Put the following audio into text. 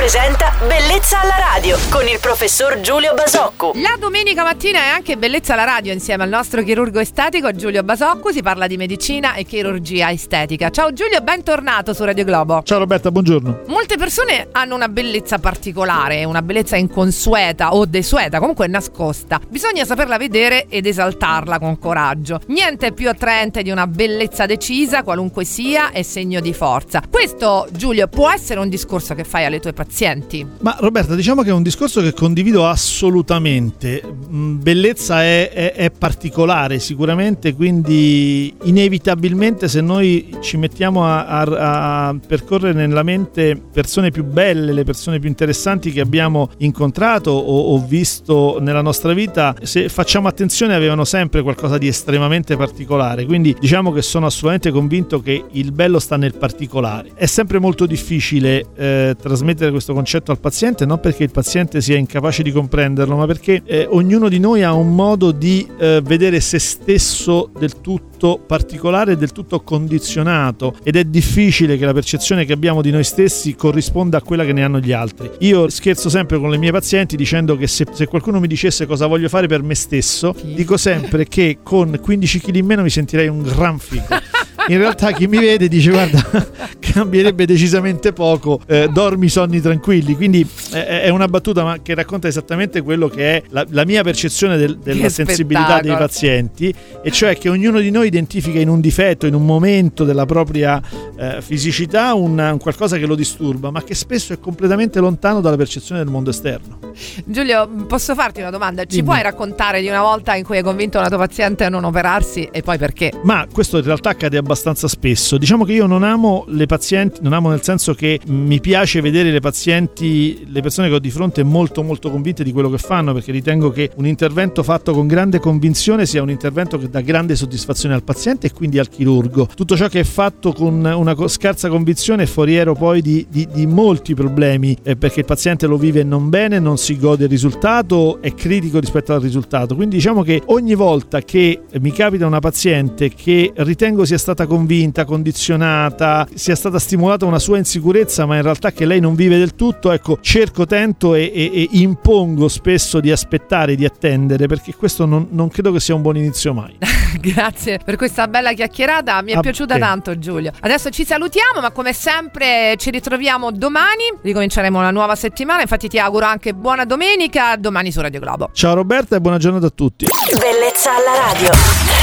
presenta Bellezza alla radio con il professor Giulio Basoccu. La domenica mattina è anche Bellezza alla radio insieme al nostro chirurgo estetico Giulio Basoccu. Si parla di medicina e chirurgia estetica. Ciao Giulio, bentornato su Radio Globo. Ciao Roberta, buongiorno. Molte persone hanno una bellezza particolare, una bellezza inconsueta o desueta, comunque nascosta. Bisogna saperla vedere ed esaltarla con coraggio. Niente è più attraente di una bellezza decisa, qualunque sia, è segno di forza. Questo, Giulio, può essere un discorso che fai alle tue pazienti? Ma Roberta, diciamo che è un discorso che condivido assolutamente. Bellezza è particolare sicuramente, quindi inevitabilmente se noi ci mettiamo a percorrere nella mente persone più belle, le persone più interessanti che abbiamo incontrato o visto nella nostra vita, se facciamo attenzione avevano sempre qualcosa di estremamente particolare, quindi diciamo che sono assolutamente convinto che il bello sta nel particolare. È sempre molto difficile trasmettere questo concetto al paziente, non perché il paziente sia incapace di comprenderlo, ma perché ognuno di noi ha un modo di vedere se stesso del tutto particolare e del tutto condizionato, ed è difficile che la percezione che abbiamo di noi stessi corrisponda a quella che ne hanno gli altri. Io scherzo sempre con le mie pazienti dicendo che se qualcuno mi dicesse cosa voglio fare per me stesso, dico sempre che con 15 kg in meno mi sentirei un gran figo. In realtà chi mi vede dice guarda, cambierebbe decisamente poco, dormi sonni tranquilli. Quindi è una battuta ma che racconta esattamente quello che è la mia percezione della sensibilità dei pazienti, e cioè che ognuno di noi identifica in un difetto, in un momento della propria fisicità un qualcosa che lo disturba, ma che spesso è completamente lontano dalla percezione del mondo esterno. Giulio, posso farti una domanda? Ci puoi raccontare di una volta in cui hai convinto una tua paziente a non operarsi e poi perché? Ma questo in realtà accade abbastanza spesso. Diciamo che io non amo le pazienti, non amo nel senso che mi piace vedere le pazienti, le persone che ho di fronte molto molto convinte di quello che fanno, perché ritengo che un intervento fatto con grande convinzione sia un intervento che dà grande soddisfazione al paziente e quindi al chirurgo. Tutto ciò che è fatto con una scarsa convinzione è foriero poi di molti problemi, perché il paziente lo vive non bene, non si gode il risultato, è critico rispetto al risultato. Quindi diciamo che ogni volta che mi capita una paziente che ritengo sia stata convinta, condizionata, sia stata stimolata una sua insicurezza, ma in realtà che lei non vive del tutto, ecco, cerco, tento e impongo spesso di aspettare, di attendere, perché questo non credo che sia un buon inizio mai. Grazie per questa bella chiacchierata, mi è piaciuta tanto Giulio. Adesso ci salutiamo, ma come sempre ci ritroviamo domani, ricominceremo una nuova settimana, infatti ti auguro anche buona domenica, domani su Radio Globo. Ciao Roberta e buona giornata a tutti. Bellezza alla radio.